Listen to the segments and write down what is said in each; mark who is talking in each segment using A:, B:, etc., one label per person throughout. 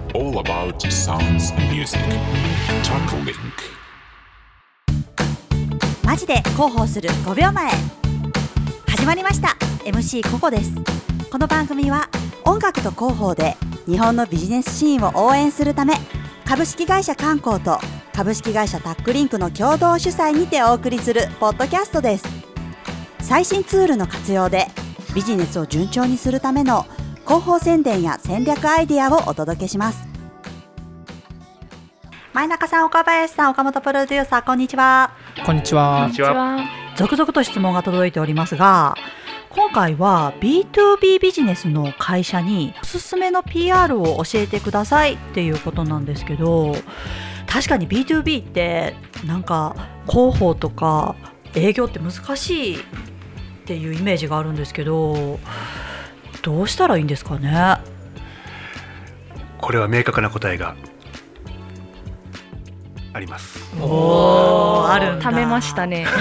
A: all about sounds and music. TalkLink。
B: マジで広報する5秒前。始まりました。 MC ココです。この番組は音楽と広報で日本のビジネスシーンを応援するため、株式会社観光と株式会社タックリンクの共同主催にてお送りするポッドキャストです。最新ツールの活用でビジネスを順調にするための広報宣伝や戦略アイデアをお届けします。前中さん、岡林さん、岡本プロデューサー、こんにちは。
C: こんにちは。
B: 続々と質問が届いておりますが、今回は B2B ビジネスの会社におすすめの PR を教えてくださいっていうことなんですけど、確かに B2B ってなんか広報とか営業って難しいっていうイメージがあるんですけど、どうしたらいいんですかね。
D: これは明確な答えがあります。
B: あるんだ。
E: 貯めましたね。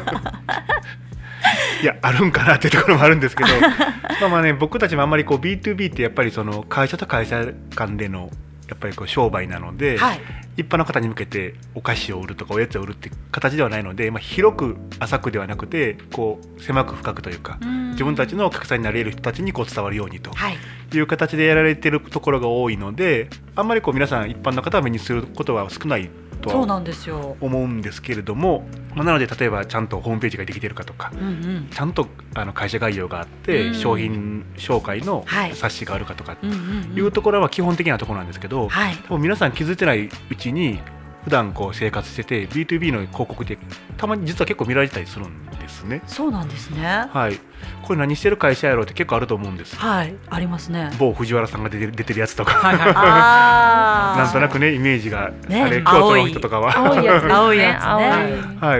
D: いや、あるんかなっていうところもあるんですけどまあね、僕たちもあんまりこう B2B ってやっぱりその会社と会社間でのやっぱりこう商売なので、はい、一般の方に向けてお菓子を売るとかおやつを売るって形ではないので、広く浅くではなくてこう狭く深くというか、自分たちのお客さんになれる人たちにこう伝わるようにという形でやられているところが多いので、あんまりこう皆さん一般の方は目にすることは少ないとは思うんですけれども、なので例えばちゃんとホームページができているかとか、ちゃんと会社概要があって、商品紹介の冊子があるかとかいうところは基本的なところなんですけど、多分皆さん気づいてないうちに普段こう生活してて B2B の広告ってたまに実は結構見られたりするんですね。
B: そうなんですね。
D: はい、これ何してる会社やろうって結構あると思うんです。
B: はい、ありますね。
D: 某藤原さんが出てるやつとか、なんとなくねイメージが、
B: ね、
D: あれ京都の人とかは
E: 青いやつね。
D: 青いやつね。はい、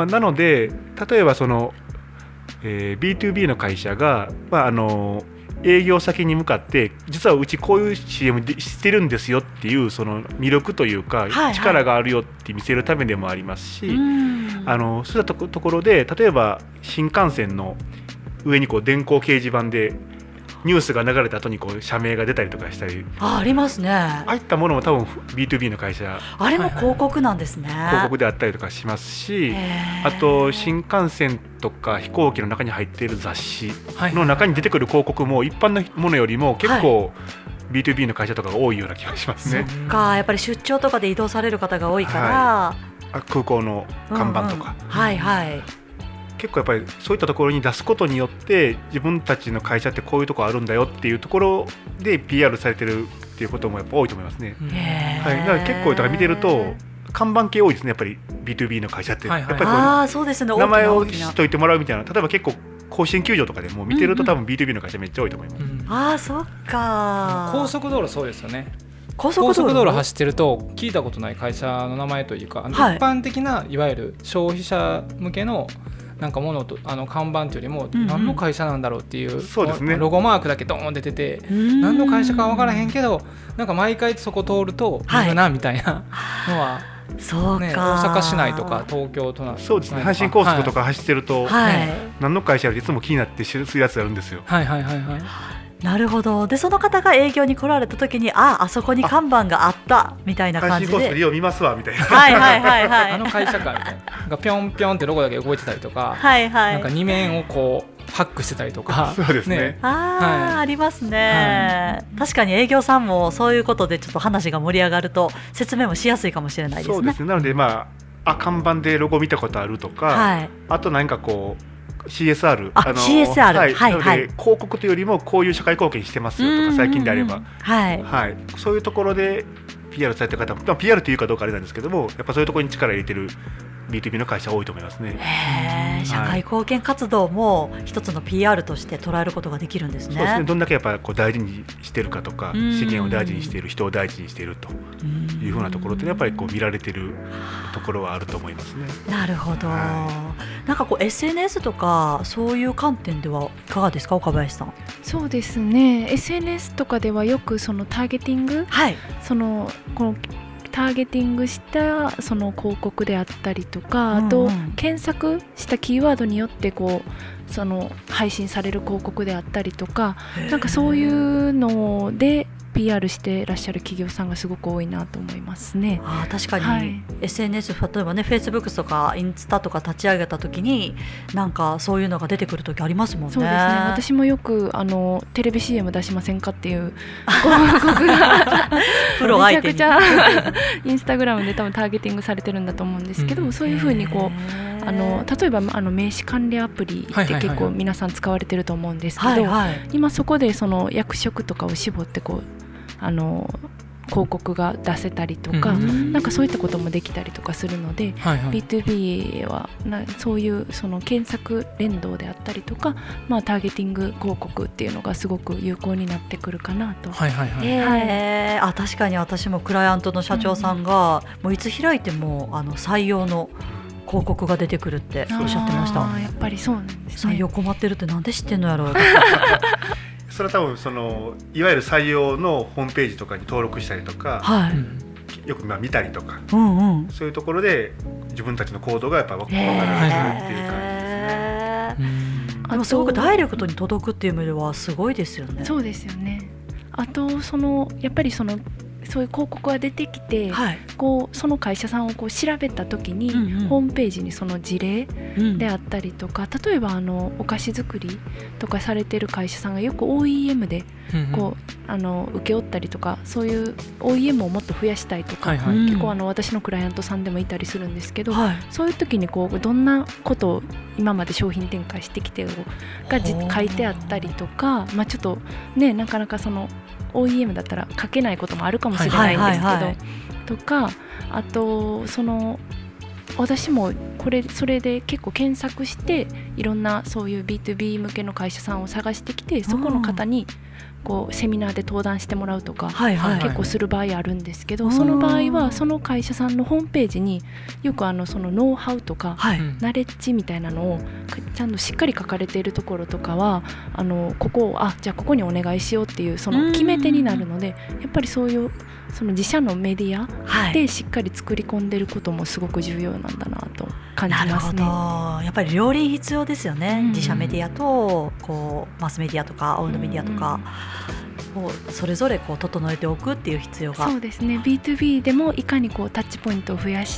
D: なので例えばその、B2B の会社が、営業先に向かって実はうちこういう CM してるんですよっていうその魅力というか、力があるよって見せるためでもありますし、そういったところで例えば新幹線の上にこう電光掲示板でニュースが流れた後にこう社名が出たりとかしたり、
B: ありますね。
D: ああいったものも多分 B2B の会社、
B: あれも広告なんですね。
D: 広告であったりとかしますし、あと新幹線とか飛行機の中に入っている雑誌の中に出てくる広告も一般のものよりも結構 B2B の会社とかが多いような気がしますね。
B: そっか、やっぱり出張とかで移動される方が多いから、
D: 空港の看板とか、結構やっぱりそういったところに出すことによって自分たちの会社ってこういうところあるんだよっていうところで PR されてるっていうこともやっぱ多いと思いますね。だから結構だから見てると看板系多いですね、やっぱり B2B の会社って、やっぱりこう
B: そうですね、
D: 名前を知っといてもらうみたいな、例えば結構甲子園球場とかでも見てると多分 B2B の会社めっちゃ多いと思います。
B: そっか。
C: 高速道路そうですよね。
B: 高速道路
C: 走ってると聞いたことない会社の名前というか、一般的ないわゆる消費者向けのなんかものと看板というよりも何の会社なんだろうっていう、ロゴマークだけドーン出てて何の会社か分からへんけど、なんか毎回そこ通ると見るなみたいなのは、
B: そうか、
C: 大阪市内とか東京都内、
D: そうですね、阪神高速とか走ってると、何の会社よりいつも気になってするやつがあるんですよ。
B: なるほど。でその方が営業に来られた時にあそこに看板があったみたいな感じで、
D: 阪神高速でよう見ますわみたいな、
C: あの会社かみたいな、ピョンピョンってロゴだけ動いてたりとか、なんか2面をこうハックしてたりとか、
D: そうですね、
B: ありますね、確かに営業さんもそういうことでちょっと話が盛り上がると説明もしやすいかもしれないですね。
D: そうですね。なので看板でロゴ見たことあるとか、あと何かこうCSR、
B: CSR、
D: なので広告というよりもこういう社会貢献してますよとか、最近であれば、そういうところで PR されてる方、PR というかどうかあれなんですけども、やっぱそういうところに力を入れてる B2B の会社多いと思いますね。
B: 社会貢献活動も一つの PR として捉えることができるんですね。
D: そうですね。どんだけやっぱこう大事にしてるかとか、資源を大事にしている、人を大事にしているというふうなところってやっぱりこう見られてるところはあると思いますね。
B: なるほど、なんかこう SNS とかそういう観点ではいかがですか、岡林さん。
E: そうですね、 SNS とかではよくそのターゲティング、このターゲティングしたその広告であったりとか、あと検索したキーワードによってこうその配信される広告であったりとか、なんかそういうので PR してらっしゃる企業さんがすごく多いなと思いますね。
B: 確かに、はい、SNS 例えばね Facebook とかインスタとか立ち上げた時になんかそういうのが出てくる時ありますもんね。
E: そうですね、私もよくテレビ CM 出しませんかっていう広告が
B: プロ相手に
E: めちゃくちゃインスタグラムで多分ターゲティングされてるんだと思うんですけど、そういうふうにこう例えば名刺管理アプリって結構皆さん使われてると思うんですけど、今そこでその役職とかを絞ってこう広告が出せたりとか、なんかそういったこともできたりとかするので、B2B はそういうその検索連動であったりとか、ターゲティング広告っていうのがすごく有効になってくるかなと。
B: 確かに私もクライアントの社長さんが、もういつ開いても採用の広告が出てくるっておっしゃってました。
E: やっぱりそうなんですね。
B: 採用困ってるってなんで知ってんのやろう
D: それは多分いわゆる採用のホームページとかに登録したりとか、よく見たりとか、そういうところで自分たちの行動がやっぱ分かるっていう感じですね。
B: でもすごくダイレクトに届くっていう意味ではすごいですよね。
E: そうですよね。あとやっぱりそういう広告が出てきて、こうその会社さんをこう調べた時に、ホームページにその事例であったりとか、例えばお菓子作りとかされてる会社さんがよく OEM でこう請け負ったりとか、そういう OEM をもっと増やしたいとか、結構私のクライアントさんでもいたりするんですけど、そういう時にこうどんなことを今まで商品展開してきてが書いてあったりとか、ちょっとねなかなかOEM だったら書けないこともあるかもしれないんですけど、とか、あと私もそれで結構検索していろんなそういう B2B 向けの会社さんを探してきて、そこの方にこうセミナーで登壇してもらうとか、結構する場合あるんですけど、その場合はその会社さんのホームページによくそのノウハウとか、ナレッジみたいなのをちゃんとしっかり書かれているところとかはここをじゃあここにお願いしようっていうその決め手になるので、やっぱりそういうその自社のメディアでしっかり作り込んでることもすごく重要なんだなと感じますね。
B: やっぱり両輪必要ですよね。自社メディアとこうマスメディアとかオウンドメディアとか、それぞれこう整えておくっていう必要が。
E: そうですね。 B2B でもいかにこうタッチポイントを増やして、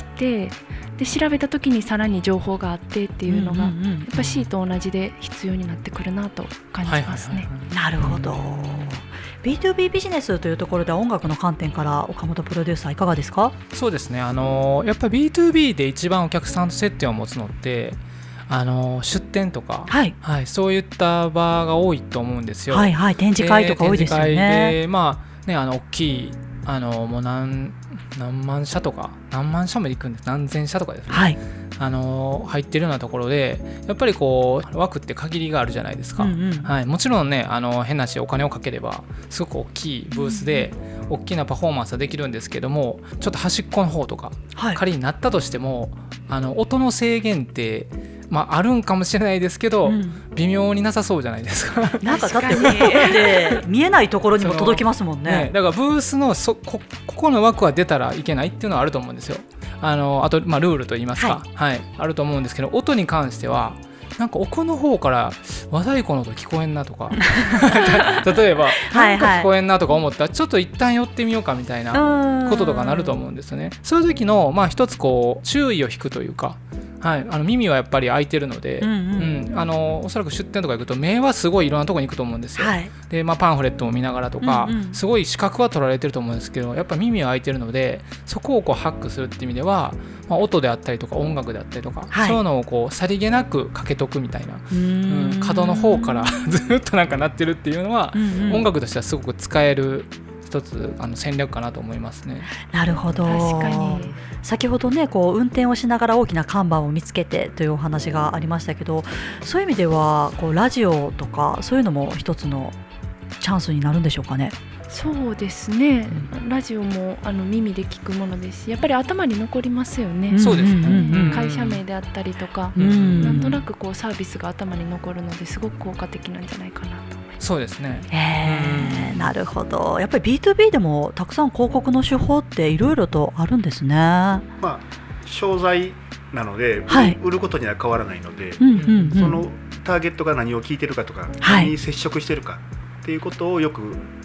E: で調べた時にさらに情報があってっていうのが、やっぱ C と同じで必要になってくるなと感じますね。
B: なるほど。B2B ビジネスというところでは音楽の観点から岡本プロデューサーいかがですか？
C: そうですね、やっぱり B2B で一番お客さんと接点を持つのって出店とか、そういった場が多いと思うんですよ。
B: 展示会とか多いですよね。
C: で大きいもう何万社とか何万社も行くんです、何千社とかですね、入ってるようなところでやっぱりこう枠って限りがあるじゃないですか。もちろんね変なしお金をかければすごく大きいブースで大きなパフォーマンスはできるんですけども、ちょっと端っこの方とか、仮になったとしても音の制限ってあるんかもしれないですけど、微妙になさそうじゃないですか。
B: なんかだって音って見えないところにも届きますもんね。
C: だからブースのここの枠は出たらいけないっていうのはあると思うんですよ。あとルールといいますか、あると思うんですけど、音に関してはなんか奥の方から和太鼓の音聞こえんなとか例えばなんか聞こえんなとか思ったらちょっと一旦寄ってみようかみたいなこととかなると思うんですよね。そういう時の一つこう注意を引くというか、耳はやっぱり開いてるので、おそらく出店とか行くと目はすごいいろんなところに行くと思うんですよ。でパンフレットも見ながらとか、すごい視覚は取られてると思うんですけど、やっぱ耳は開いてるのでそこをこうハックするっていう意味では、音であったりとか音楽であったりとか、そういうのをこうさりげなくかけとくみたいな、角の方からずっとなんか鳴ってるっていうのは、音楽としてはすごく使える一つ戦略かなと思いますね。
B: なるほど。確かに先ほどねこう運転をしながら大きな看板を見つけてというお話がありましたけど、そういう意味ではこうラジオとかそういうのも一つのチャンスになるんでしょうかね。
E: そうですね、ラジオも耳で聞くものですし、やっぱり頭に残りますよね。
C: そうですね、
E: 会社名であったりとか、なんとなくこうサービスが頭に残るのですごく効果的なんじゃないかなと。
C: そうですね、
B: なるほど。やっぱり B2B でもたくさん広告の手法っていろいろとあるんですね。
D: 商材なので、売ることには変わらないので、そのターゲットが何を聞いてるかとか、何に接触してるかっていうことをよく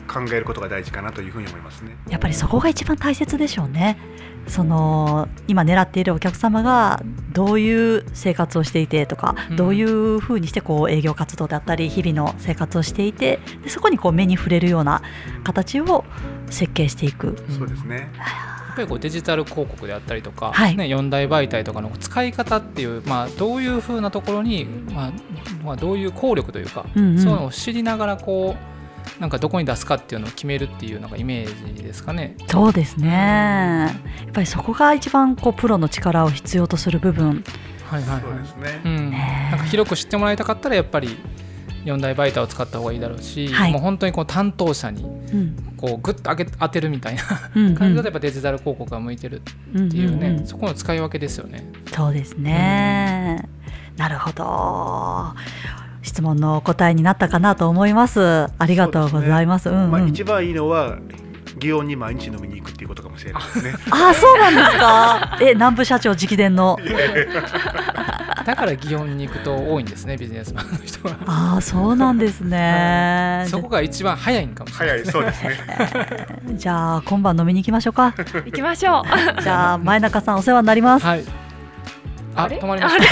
D: 考えることが大事かなというふうに思いますね。
B: やっぱりそこが一番大切でしょうね。今狙っているお客様がどういう生活をしていてとか、どういうふうにして営業活動であったり日々の生活をしていて、でそこに目に触れるような形を設計していく。
D: そうですね。
C: やっぱりデジタル広告であったりとか、4大媒体とかの使い方っていう、どういうふうなところに、どういう効力というか、そういうのを知りながらなんかどこに出すかっていうのを決めるっていうのがイメージですかね。
B: そうですね。やっぱりそこが一番プロの力を必要とする部分。
D: そうですね。
C: なんか広く知ってもらいたかったらやっぱり4大媒体を使った方がいいだろうし、もう本当に担当者にグッと当てるみたいな感じだとやっぱデジタル広告が向いてるっていうね、そこの使い分けですよね。
B: そうですね。なるほど。質問の答えになったかなと思います。ありがとうございます。
D: 一番いいのは祇園に毎日飲みに行くっていうことかもしれないですね。
B: そうなんですか。南部社長直伝の
C: だから祇園に行くと多いんですね、ビジネスマンの人は。
B: そうなんですね。
C: そこが一番早いんかもしれない。
D: そうですね。
B: じゃあ今晩飲みに行きましょうか。
E: 行きましょう。
B: じゃあ前中さんお世話になります。
C: 止まりました。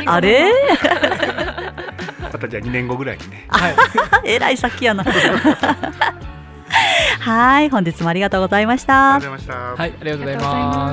B: あれ
D: またじゃあ2年後ぐらいにね。
B: えらい先やな。はい、本日もありがとうございました。
C: ありがとうございました。はい、ありがとうございます。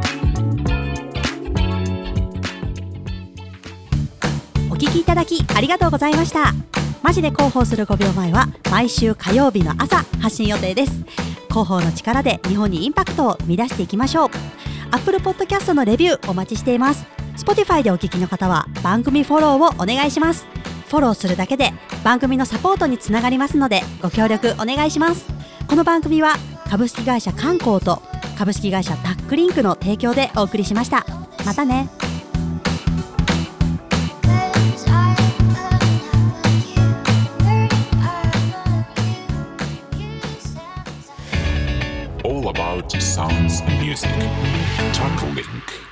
B: お聞きいただきありがとうございました。マジで広報する5秒前は毎週火曜日の朝発信予定です。広報の力で日本にインパクトを生み出していきましょう。Apple Podcast のレビューお待ちしています。Spotify でお聞きの方は番組フォローをお願いします。フォローするだけで番組のサポートにつながりますのでご協力お願いします。この番組は株式会社観光と株式会社タックリンクの提供でお送りしました。またね。
A: All about sounds and music. Talk Link.